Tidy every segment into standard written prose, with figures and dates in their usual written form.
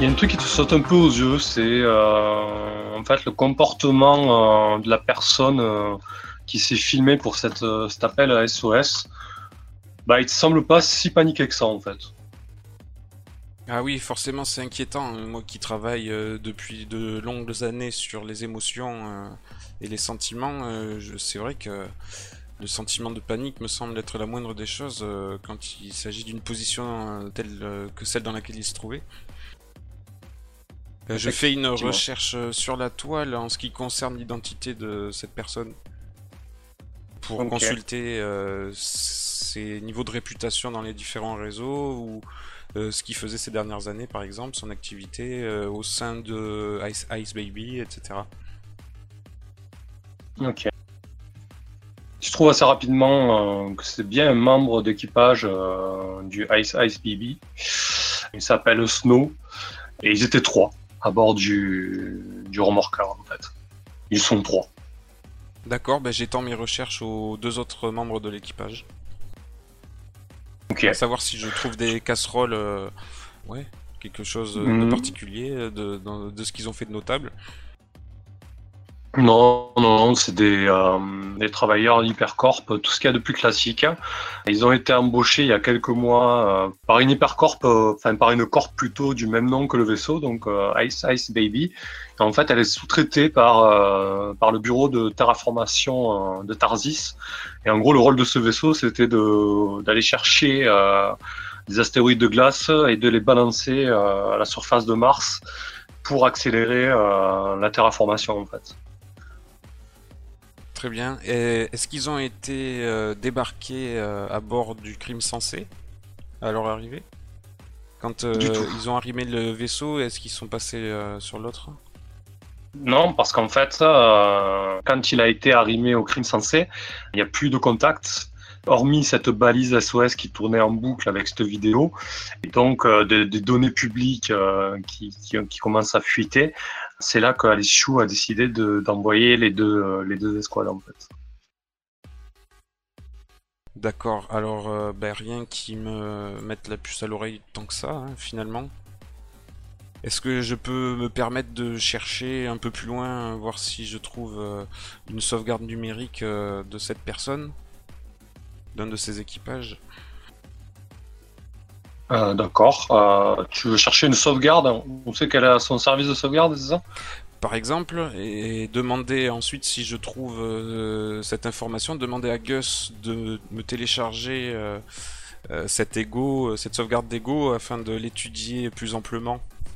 Il y a un truc qui te saute un peu aux yeux, c'est en fait le comportement de la personne qui s'est filmée pour cet appel à SOS. Bah, il te semble pas si paniqué que ça en fait. Ah oui, forcément c'est inquiétant. Moi qui travaille depuis de longues années sur les émotions et les sentiments, c'est vrai que le sentiment de panique me semble être la moindre des choses quand il s'agit d'une position telle que celle dans laquelle il se trouvait. Je fais une Effectivement. recherche sur la toile en ce qui concerne l'identité de cette personne pour Ok. consulter ses niveaux de réputation dans les différents réseaux ou ce qu'il faisait ces dernières années, par exemple, son activité au sein de Ice Baby, etc. Ok. Tu trouves assez rapidement que c'est bien un membre d'équipage du Ice BB. Il s'appelle Snow et ils étaient trois à bord du remorqueur en fait. Ils sont trois. D'accord, ben j'étends mes recherches aux deux autres membres de l'équipage. Ok. À savoir si je trouve des casseroles, ouais, quelque chose de Hmm. particulier, de ce qu'ils ont fait de notable. Non, non, c'est des travailleurs Hypercorp, tout ce qu'il y a de plus classique. Ils ont été embauchés il y a quelques mois par une Hypercorp, enfin par une corp plutôt du même nom que le vaisseau, donc Ice Baby. Et en fait, elle est sous-traitée par le bureau de terraformation de Tarsis. Et en gros, le rôle de ce vaisseau, c'était d'aller chercher des astéroïdes de glace et de les balancer à la surface de Mars pour accélérer la terraformation en fait. Très bien. Et est-ce qu'ils ont été débarqués à bord du crime sensé à leur arrivée? Quand Du tout. ils ont arrimé le vaisseau, est-ce qu'ils sont passés sur l'autre? Non, parce qu'en fait, quand il a été arrimé au crime sensé, il n'y a plus de contact, hormis cette balise SOS qui tournait en boucle avec cette vidéo, et donc des données publiques qui commencent à fuiter. C'est là qu'Alice Chou a décidé d'envoyer les deux escouades, en fait. D'accord, alors ben, rien qui me mette la puce à l'oreille tant que ça, hein, finalement. Est-ce que je peux me permettre de chercher un peu plus loin, voir si je trouve une sauvegarde numérique de cette personne, d'un de ses équipages? D'accord. Tu veux chercher une sauvegarde? On sait qu'elle a son service de sauvegarde, c'est ça? Par exemple, et demander ensuite si je trouve cette information, demander à Gus de me télécharger cet ego, cette sauvegarde d'ego afin de l'étudier plus amplement.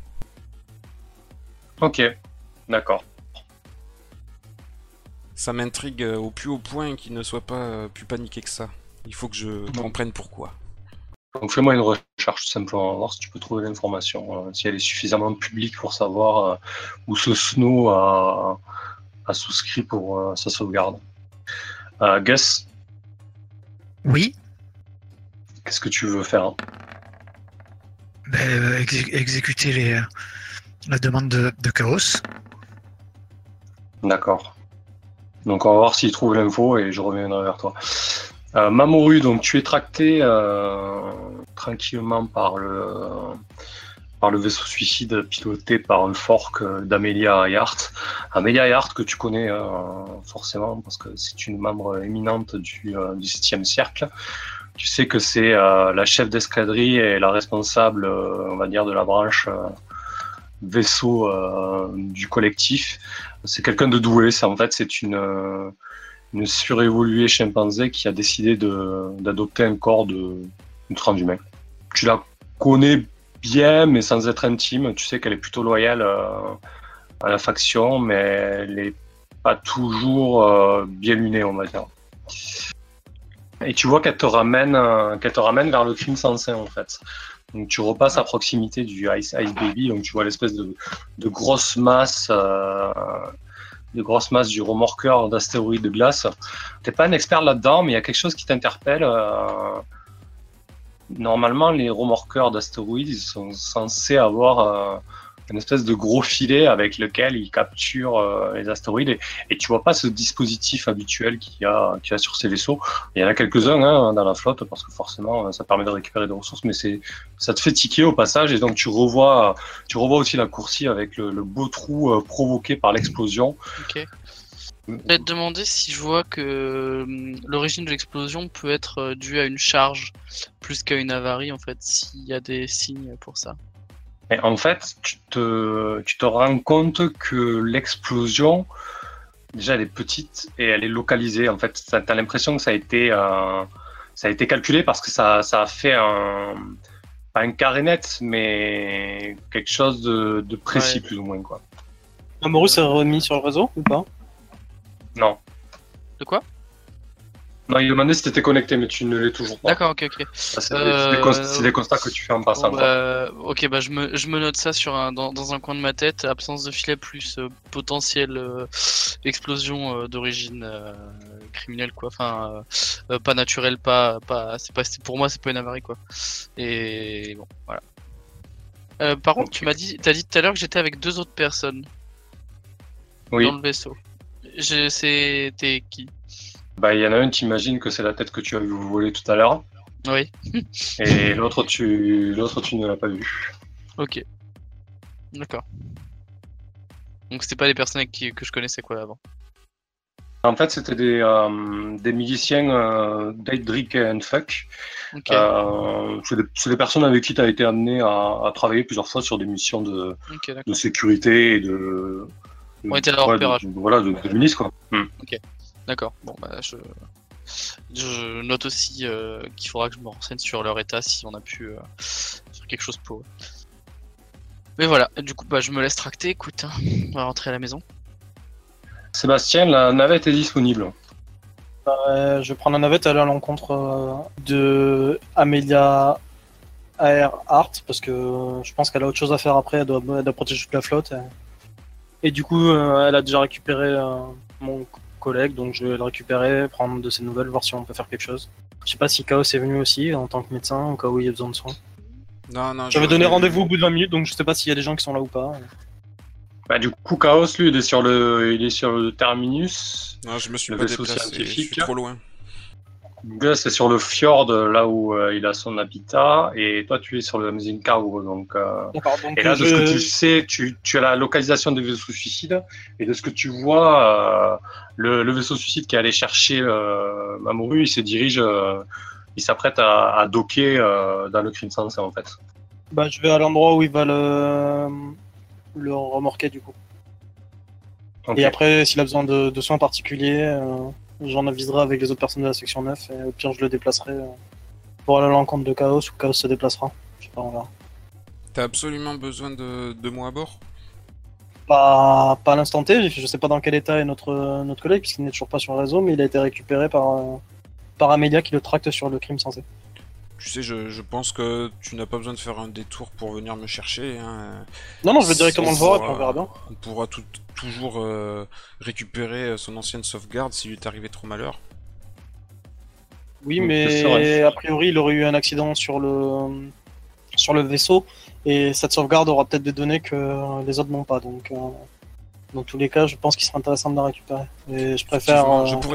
Ok, d'accord. Ça m'intrigue au plus haut point qu'il ne soit pas plus paniqué que ça. Il faut que je comprenne pourquoi. Donc fais-moi une recherche tout simplement, voir si tu peux trouver l'information, si elle est suffisamment publique pour savoir où ce Snow a souscrit pour sa sauvegarde. Gus, Oui, qu'est-ce que tu veux faire? exécuter la demande de Chaos. D'accord. Donc on va voir s'il trouve l'info et je reviendrai vers toi. Mamoru, donc tu es tracté tranquillement par le vaisseau suicide piloté par un fork d'Amelia Earhart. Amelia Earhart que tu connais forcément parce que c'est une membre éminente du 7e cercle. Tu sais que c'est la chef d'escadrille et la responsable, on va dire, de la branche vaisseau du collectif. C'est quelqu'un de doué, c'est une surévoluée chimpanzé qui a décidé d'adopter un corps de transhumain. Tu la connais bien, mais sans être intime. Tu sais qu'elle est plutôt loyale à la faction, mais elle n'est pas toujours bien lunée, on va dire. Et tu vois qu'elle te ramène vers le crime sensé, en fait. Donc tu repasses à proximité du Ice Baby, donc tu vois l'espèce de grosse masse du remorqueur d'astéroïdes de glace. T'es pas un expert là-dedans, mais il y a quelque chose qui t'interpelle. Normalement, les remorqueurs d'astéroïdes, ils sont censés avoir une espèce de gros filet avec lequel il capture les astéroïdes et tu vois pas ce dispositif habituel qu'il y a sur ces vaisseaux. Il y en a quelques-uns hein, dans la flotte parce que forcément ça permet de récupérer des ressources, mais ça te fait tiquer au passage et donc tu revois aussi la coursive avec le beau trou provoqué par l'explosion. Ok. Je vais te demander si je vois que l'origine de l'explosion peut être due à une charge plus qu'à une avarie en fait, s'il y a des signes pour ça. Et en fait, tu te rends compte que l'explosion, déjà, elle est petite et elle est localisée. En fait, tu as l'impression que ça a été calculé parce que ça a fait pas un carré net, mais quelque chose de précis, plus ou moins, quoi. Mamoru s'est remis sur le réseau ou pas? Non. De quoi? Non, il demandait si tu étais connecté, mais tu ne l'es toujours pas. D'accord, ok. C'est des constats que tu fais en passant. Bon, ok, je me note ça dans un coin de ma tête. Absence de filet plus potentielle explosion d'origine criminelle, quoi. Enfin, pas naturelle, pour moi, c'est pas une avarie, quoi. Et bon, voilà. Par contre, t'as dit tout à l'heure que j'étais avec 2 autres personnes dans le vaisseau. C'était qui? Il y en a un, tu imagines que c'est la tête que tu as vu voler tout à l'heure. Oui. Et l'autre, tu ne l'as pas vu. Ok. D'accord. Donc c'était pas des personnes que je connaissais quoi avant. En fait, c'était des musiciens Daedric and Fuck. Ok. C'est des personnes avec qui tu as été amené à travailler plusieurs fois sur des missions de sécurité et de repérage. De ministre, quoi. Ok. D'accord. Bon, je note aussi qu'il faudra que je me renseigne sur leur état si on a pu faire quelque chose pour eux. Mais voilà, du coup, je me laisse tracter. Écoute, hein, on va rentrer à la maison. Sébastien, la navette est disponible. Je vais prendre la navette et aller à l'encontre de Amelia Earhart parce que je pense qu'elle a autre chose à faire après. Elle doit protéger toute la flotte. Et du coup, elle a déjà récupéré mon collègue, donc je vais le récupérer, prendre de ses nouvelles, voir si on peut faire quelque chose. Je sais pas si Chaos est venu aussi en tant que médecin, au cas où il y a besoin de soins. Non. J'avais donné rendez-vous au bout de 20 minutes, donc je sais pas s'il y a des gens qui sont là ou pas. Du coup, Chaos, lui, il est sur le terminus. Non, je me suis le pas vaisseau déplacé, scientifique. je suis trop loin. Là, c'est sur le fjord, là où il a son habitat, et toi, tu es sur le Amazing Cargo. Donc, et là, de ce que tu sais, tu as la localisation des vaisseaux suicides, et de ce que tu vois, le vaisseau suicide qui est allé chercher Mamoru, il s'apprête à docker dans le Crimson Sensei, en fait. Je vais à l'endroit où il va le remorquer, du coup. Okay. Et après, s'il a besoin de soins particuliers, j'en aviserai avec les autres personnes de la section 9 et au pire je le déplacerai pour aller à l'encontre de Chaos ou Chaos se déplacera. Je sais pas, on verra. T'as absolument besoin de moi à bord? Pas à l'instant T, je sais pas dans quel état est notre collègue puisqu'il n'est toujours pas sur le réseau, mais il a été récupéré par Amelia qui le tracte sur le crime censé. Tu sais, je pense que tu n'as pas besoin de faire un détour pour venir me chercher. Hein. Non, je vais directement le voir et puis on verra bien. On pourra toujours récupérer son ancienne sauvegarde s'il lui est arrivé trop malheur. Oui, mais a priori, il aurait eu un accident sur le vaisseau et cette sauvegarde aura peut-être des données que les autres n'ont pas. Donc, dans tous les cas, je pense qu'il serait intéressant de la récupérer. Et je préfère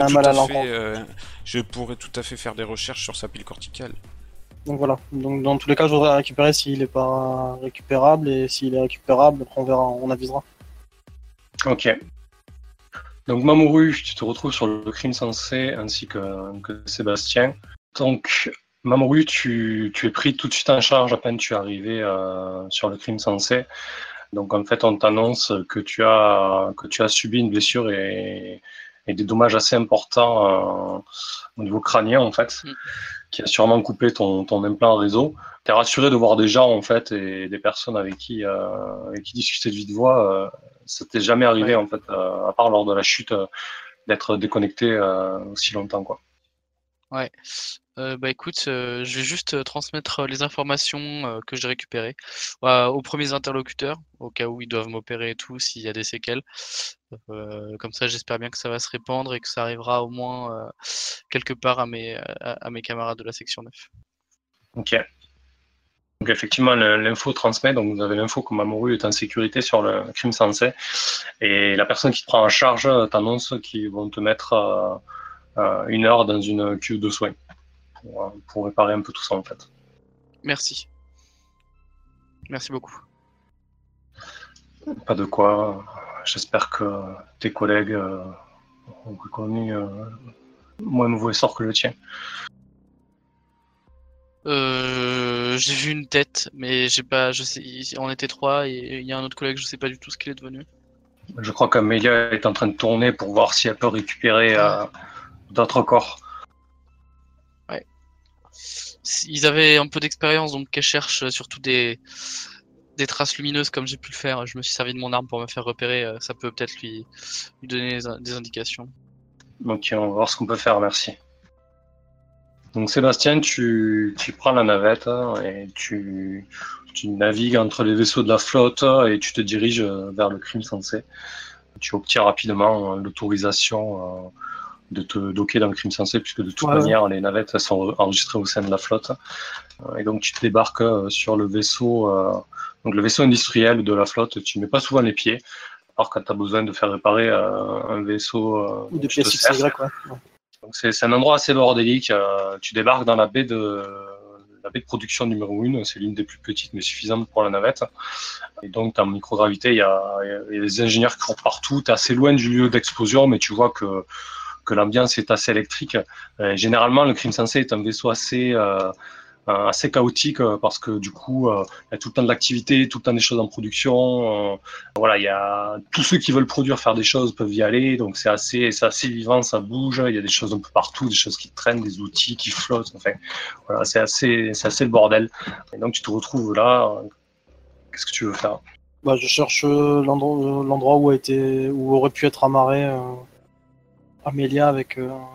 je pourrais tout à fait faire des recherches sur sa pile corticale. Donc voilà, donc dans tous les cas je voudrais récupérer s'il n'est pas récupérable et s'il est récupérable, après on verra, on avisera. Ok. Donc Mamoru, tu te retrouves sur le crime sensé ainsi que Sébastien. Donc Mamoru, tu es pris tout de suite en charge à peine tu es arrivé sur le crime sensé. Donc en fait on t'annonce que tu as subi une blessure et des dommages assez importants au niveau crânien en fait. Qui a sûrement coupé ton implant réseau. T'es rassuré de voir des gens en fait et des personnes avec qui discuter de vive voix. Ça t'est jamais arrivé en fait, à part lors de la chute, d'être déconnecté aussi longtemps quoi. Ouais. Écoute, je vais juste transmettre les informations que j'ai récupérées aux premiers interlocuteurs, au cas où ils doivent m'opérer et tout, s'il y a des séquelles. Comme ça, j'espère bien que ça va se répandre et que ça arrivera au moins quelque part à mes camarades de la section 9. Ok. Donc effectivement, l'info transmet, donc vous avez l'info que Mamoru est en sécurité sur le crime sensé, et la personne qui te prend en charge t'annonce qu'ils vont te mettre 1 heure dans une queue de soins pour réparer un peu tout ça en fait. Merci. Merci beaucoup. Pas de quoi. J'espère que tes collègues ont reconnu moins mauvais sort que le tien. J'ai vu une tête, mais j'ai pas. Je sais, on était 3 et il y a un autre collègue, je sais pas du tout ce qu'il est devenu. Je crois qu'Amelia est en train de tourner pour voir si elle peut récupérer d'autres corps. Ouais. Ils avaient un peu d'expérience, donc qu'elle cherche surtout des traces lumineuses comme j'ai pu le faire. Je me suis servi de mon arme pour me faire repérer. Ça peut peut-être lui donner des indications. Ok, on va voir ce qu'on peut faire, merci. Donc Sébastien, tu prends la navette et tu navigues entre les vaisseaux de la flotte et tu te diriges vers le crime sensé. Tu obtiens rapidement l'autorisation de te docker dans le crime sensé, puisque de toute manière, les navettes sont enregistrées au sein de la flotte. Et donc tu te débarques sur le vaisseau, donc le vaisseau industriel de la flotte. Tu ne mets pas souvent les pieds, alors quand tu as besoin de faire réparer un vaisseau. Ou des pièces XY, quoi. Donc c'est un endroit assez bordélique. Tu débarques dans la baie de production numéro 1. C'est l'une des plus petites, mais suffisante pour la navette. Et donc, en microgravité, il y a des ingénieurs qui courent partout. Tu es assez loin du lieu d'explosion, mais tu vois que l'ambiance est assez électrique. Généralement, le crime sensé est un vaisseau assez chaotique parce que du coup, il y a tout le temps de l'activité, tout le temps des choses en production. Voilà, il y a tous ceux qui veulent produire, faire des choses peuvent y aller. Donc c'est assez vivant, ça bouge. Il y a des choses un peu partout, des choses qui traînent, des outils qui flottent. Enfin, voilà, c'est assez le bordel. Et donc tu te retrouves là. Qu'est-ce que tu veux faire? Bah, je cherche l'endroit où aurait pu être amarré Amelia avec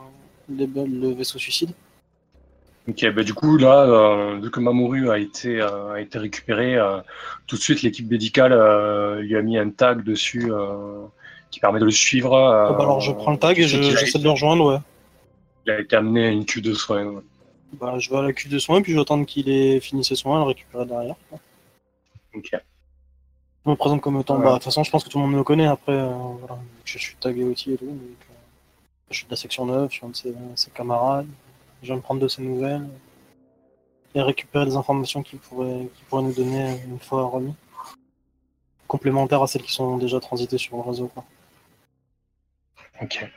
le vaisseau suicide. Ok, bah du coup là, vu que Mamoru a été récupéré, tout de suite l'équipe médicale lui a mis un tag dessus qui permet de le suivre. Bah alors je prends le tag et j'essaie de le rejoindre, ouais. Il a été amené à une queue de soins. Ouais. Bah je vais à la queue de soins puis j'attends qu'il ait fini ses soins et le récupérer derrière. Ok. Je me présente comme étant, bah de toute façon je pense que tout le monde me connaît après, voilà. Je suis tagué aussi et tout. Donc, je suis de la section 9, je suis un de ses camarades. Je viens de prendre de ses nouvelles et récupérer des informations qu'il pourrait nous donner une fois remis. Complémentaires à celles qui sont déjà transitées sur le réseau, quoi. Ok.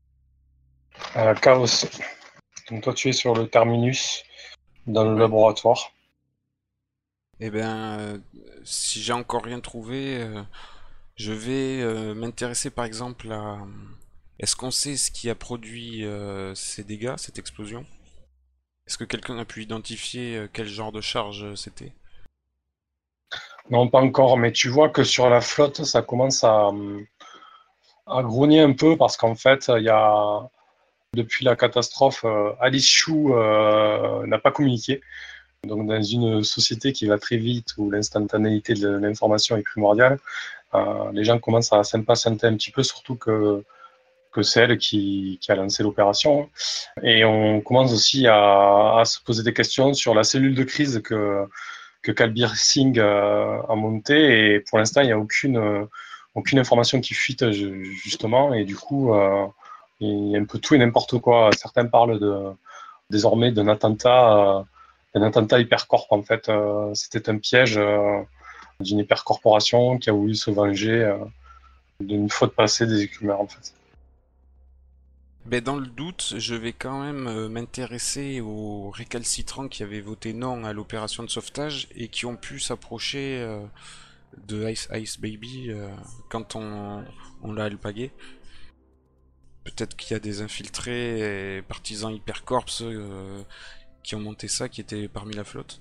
Chaos. Donc toi tu es sur le terminus dans le laboratoire. Eh bien, si j'ai encore rien trouvé, je vais m'intéresser par exemple à... Est-ce qu'on sait ce qui a produit ces dégâts, cette explosion? Est-ce que quelqu'un a pu identifier quel genre de charge c'était? Non, pas encore, mais tu vois que sur la flotte, ça commence à grogner un peu parce qu'en fait, il y a depuis la catastrophe, Alice Chou n'a pas communiqué. Donc, dans une société qui va très vite, où l'instantanéité de l'information est primordiale, les gens commencent à s'impatienter un petit peu, surtout que c'est elle qui a lancé l'opération. Et on commence aussi à se poser des questions sur la cellule de crise que Kalbir Singh a montée. Et pour l'instant, il n'y a aucune information qui fuite, justement. Et du coup, il y a un peu tout et n'importe quoi. Certains parlent désormais d'un attentat hypercorp. En fait, c'était un piège d'une hypercorporation qui a voulu se venger d'une faute passée des écumeurs, en fait. Ben, dans le doute, je vais quand même m'intéresser aux récalcitrants qui avaient voté non à l'opération de sauvetage et qui ont pu s'approcher de Ice Baby quand on l'a alpagué. Peut-être qu'il y a des infiltrés et partisans Hypercorps qui ont monté ça, qui étaient parmi la flotte.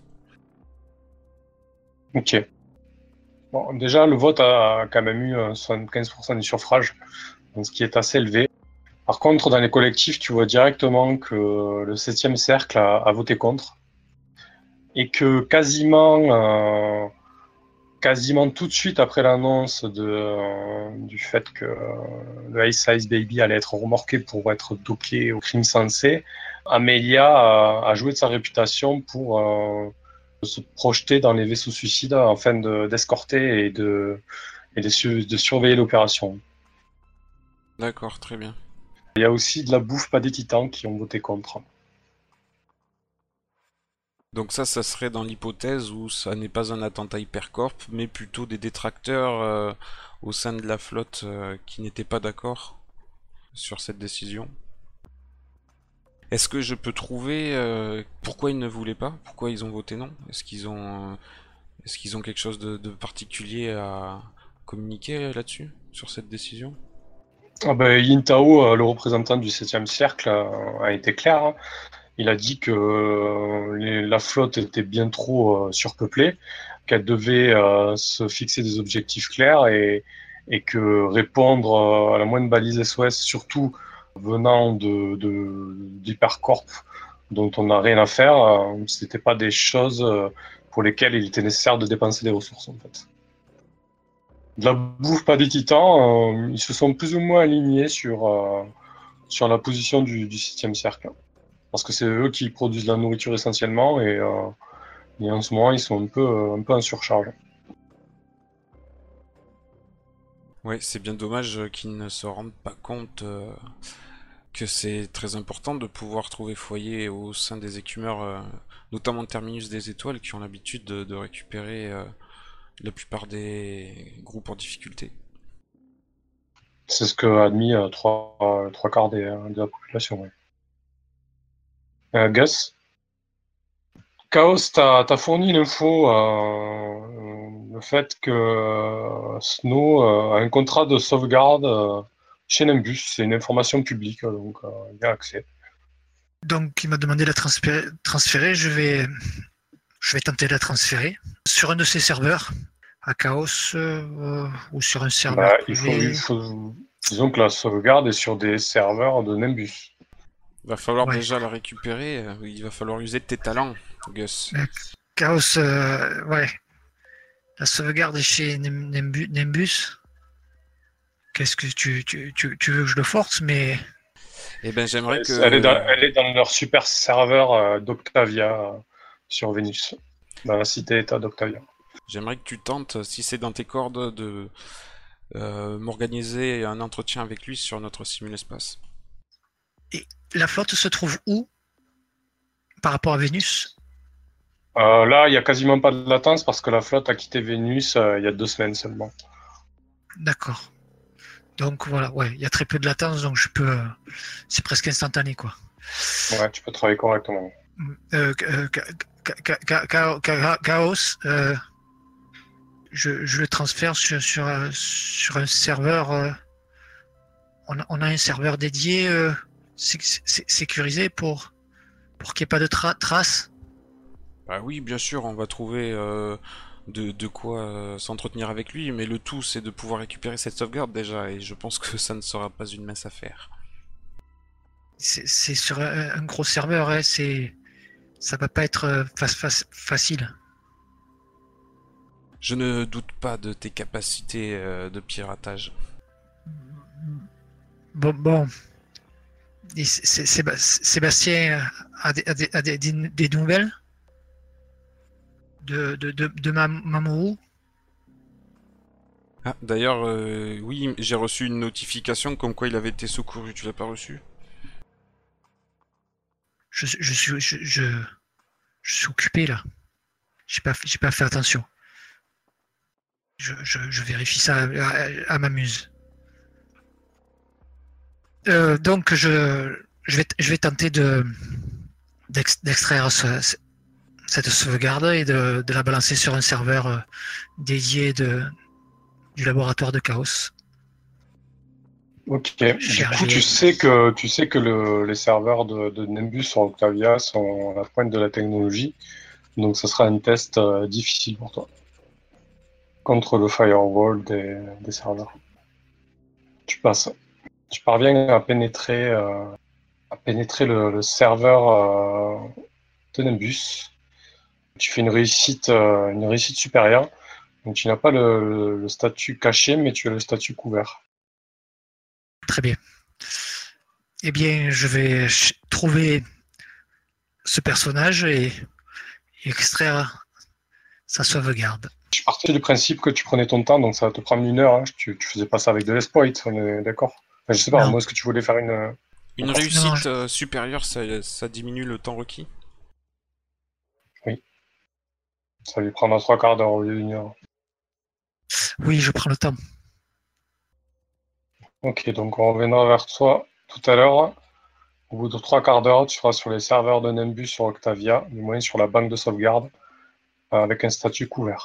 Ok. Bon, déjà, le vote a quand même eu 75% du suffrage, donc ce qui est assez élevé. Par contre, dans les collectifs, tu vois directement que le 7e cercle a voté contre et que quasiment tout de suite après l'annonce du fait que le Ice Baby allait être remorqué pour être docké au crime sensé, Amelia a joué de sa réputation pour se projeter dans les vaisseaux suicides afin d'escorter de surveiller l'opération. D'accord, très bien. Il y a aussi de la bouffe pas des titans qui ont voté contre. Donc ça serait dans l'hypothèse où ça n'est pas un attentat hypercorp, mais plutôt des détracteurs au sein de la flotte qui n'étaient pas d'accord sur cette décision. Est-ce que je peux trouver pourquoi ils ne voulaient pas? Pourquoi ils ont voté non? Est-ce qu'ils ont quelque chose de particulier à communiquer là-dessus, sur cette décision? Ah ben, Yin Tao, le représentant du 7e cercle, a été clair. Hein. Il a dit que la flotte était bien trop surpeuplée, qu'elle devait se fixer des objectifs clairs et que répondre à la moindre balise SOS, surtout venant d'Hypercorp dont on n'a rien à faire, c'était pas des choses pour lesquelles il était nécessaire de dépenser des ressources en fait. De la bouffe pas des titans, ils se sont plus ou moins alignés sur la position du 7e cercle. Parce que c'est eux qui produisent la nourriture essentiellement et en ce moment ils sont un peu en surcharge. Ouais, c'est bien dommage qu'ils ne se rendent pas compte que c'est très important de pouvoir trouver foyer au sein des écumeurs, notamment Terminus des Étoiles, qui ont l'habitude de récupérer la plupart des groupes en difficulté. C'est ce qu'a admis trois quarts de la population. Ouais. Gus, Chaos t'as fourni l'info, le fait que Snow a un contrat de sauvegarde chez Nimbus. C'est une information publique, donc il y a accès. Donc, il m'a demandé de la transférer. Je vais tenter de la transférer sur un de ses serveurs, à Chaos, ou sur un serveur privé. Disons que la sauvegarde est sur des serveurs de Nimbus. Il va falloir déjà la récupérer, il va falloir user de tes talents, Gus. Chaos, ouais. La sauvegarde est chez Nimbus. Qu'est-ce que tu veux que je le force, mais... Eh ben, j'aimerais que... Elle est dans leur super serveur d'Octavia sur Vénus, dans la cité-état d'Octavia. J'aimerais que tu tentes, si c'est dans tes cordes, de m'organiser un entretien avec lui sur notre simul-espace. Et la flotte se trouve où par rapport à Vénus? Là, il n'y a quasiment pas de latence parce que la flotte a quitté Vénus il y a 2 semaines seulement. D'accord. Donc voilà, ouais, il y a très peu de latence, donc je peux... c'est presque instantané, quoi. Ouais, tu peux travailler correctement. Chaos, je le transfère sur un serveur. On a un serveur dédié sécurisé pour qu'il n'y ait pas de traces. Bah oui, bien sûr, on va trouver de quoi s'entretenir avec lui, mais le tout c'est de pouvoir récupérer cette sauvegarde déjà, et je pense que ça ne sera pas une mince affaire. C'est sur un gros serveur, hein, ça va pas être facile. Je ne doute pas de tes capacités de piratage. Bon. Et Sébastien a des nouvelles de Mamoru? Ah, d'ailleurs, oui, j'ai reçu une notification comme quoi il avait été secouru. Tu l'as pas reçu? Je suis occupé là. J'ai pas fait attention. Je vérifie ça à ma muse. Donc je vais tenter d'extraire cette sauvegarde et de la balancer sur un serveur dédié du laboratoire de Chaos. Ok. Du coup, tu sais que les serveurs de Nimbus sur Octavia sont à la pointe de la technologie, donc ce sera un test difficile pour toi contre le firewall des serveurs. Tu parviens à pénétrer le serveur de Nimbus. Tu fais une réussite supérieure. Donc tu n'as pas le statut caché, mais tu as le statut couvert. Très bien. Eh bien, je vais trouver ce personnage et extraire ça sauvegarde. Je partais du principe que tu prenais ton temps, donc ça va te prendre 1 heure. Hein. Tu faisais pas ça avec de l'exploit, on est d'accord? Enfin, je sais pas, Non. moi, est-ce que tu voulais faire une... Une Non, réussite supérieure, ça diminue le temps requis. Ça lui prendra 3/4 d'heure au lieu d'1 heure. Oui, je prends le temps. Ok, donc on reviendra vers toi tout à l'heure. Au bout de 3/4 d'heure, tu seras sur les serveurs de Nimbus sur Octavia, du moins sur la banque de sauvegarde, avec un statut couvert.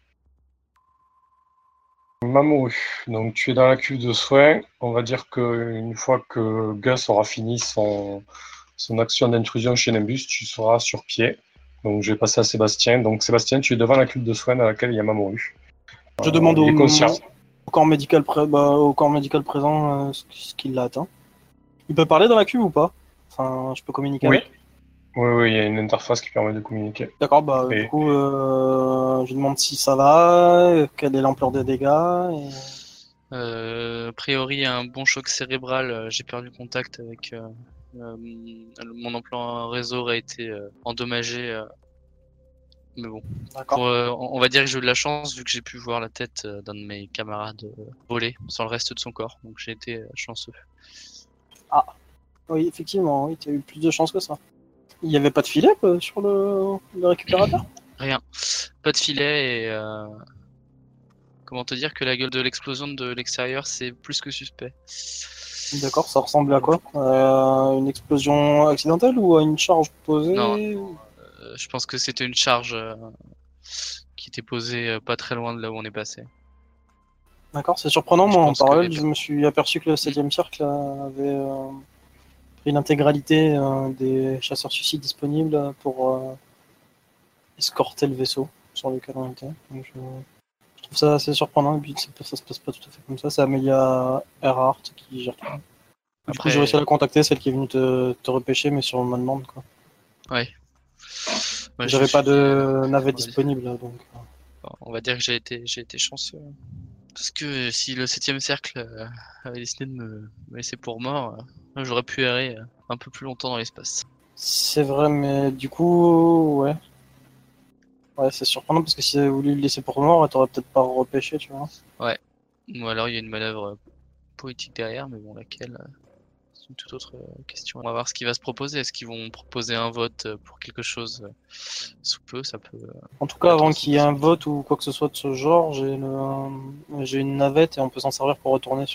Mamoru, donc tu es dans la cuve de soins. On va dire qu'une fois que Gus aura fini son action d'intrusion chez Nimbus, tu seras sur pied. Donc je vais passer à Sébastien. Donc Sébastien, tu es devant la cuve de soins dans laquelle il y a Mamoru. Je demande il est conscient. au corps médical, au corps médical présent ce qu'il l'a atteint. Il peut parler dans la cuve ou pas? Enfin, je peux communiquer Oui. avec. Oui, il y a une interface qui permet de communiquer. D'accord, Et- du coup, je lui demande si ça va, quelle est l'ampleur des dégâts. A priori, un bon choc cérébral. J'ai perdu contact avec mon emploi réseau aurait été endommagé. Mais bon, D'accord. on va dire que j'ai eu de la chance vu que j'ai pu voir la tête d'un de mes camarades voler sans le reste de son corps. Donc j'ai été chanceux. Oui, effectivement, oui, tu as eu plus de chance que ça. Il n'y avait pas de filet quoi, sur le récupérateur? Rien. Pas de filet et comment te dire que la gueule de l'explosion de l'extérieur c'est plus que suspect. D'accord, ça ressemble à quoi? Une explosion accidentelle ou à une charge posée? Non. Je pense que c'était une charge qui était posée pas très loin de là où on est passé. D'accord, c'est surprenant. Je Moi, en pense que parallèle, les- je me suis aperçu que le 7ème cercle avait pris l'intégralité des chasseurs suicides disponibles pour escorter le vaisseau sur lequel on était. Donc, je trouve ça assez surprenant, et puis ça se passe pas tout à fait comme ça. C'est Amelia Earhart qui gère tout. Du coup, Après- j'ai réussi à la contacter, celle qui est venue te repêcher, mais sur ma demande, quoi. Ouais. Moi, J'avais je pas suis, de navette on va dire- disponible, donc. On va dire que j'ai été chanceux. Parce que si le 7ème cercle avait décidé de me laisser pour mort, j'aurais pu errer un peu plus longtemps dans l'espace. C'est vrai, mais du coup, ouais. Ouais, c'est surprenant parce que si elle voulu le laisser pour mort, elle t'aurait peut-être pas repêché, tu vois. Ou alors il y a une manœuvre politique derrière, mais bon, laquelle, c'est une toute autre question. On va voir ce qui va se proposer. Est-ce qu'ils vont proposer un vote pour quelque chose sous peu? Ça peut. En tout cas, avant aussi qu'il y ait un vote ou quoi que ce soit de ce genre, j'ai une navette et on peut s'en servir pour retourner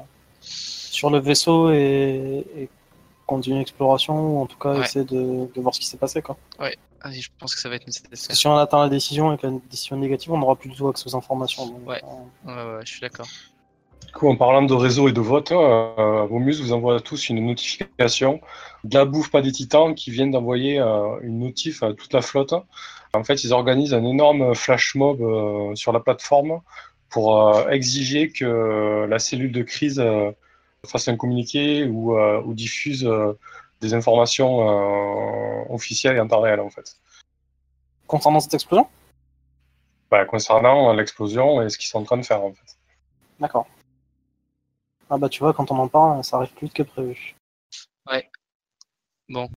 sur le vaisseau et continuer l'exploration ou en tout cas Ouais. essayer de voir ce qui s'est passé, quoi. Vas-y, je pense que ça va être Parce que nécessaire. si on atteint la décision et que la décision est négative, on n'aura plus du tout accès aux informations. Donc, Ouais. Ouais, je suis d'accord. Du coup, en parlant de réseau et de vote, Vomus vous envoie à tous une notification de la bouffe pas des titans qui viennent d'envoyer une notif à toute la flotte. En fait, ils organisent un énorme flash mob sur la plateforme pour exiger que la cellule de crise fasse un communiqué ou diffuse des informations officielles et en temps réel, en fait. concernant cette explosion? Concernant l'explosion et ce qu'ils sont en train de faire, en fait. D'accord. Ah bah tu vois, quand on en parle, ça arrive plus vite que prévu. Ouais. Bon.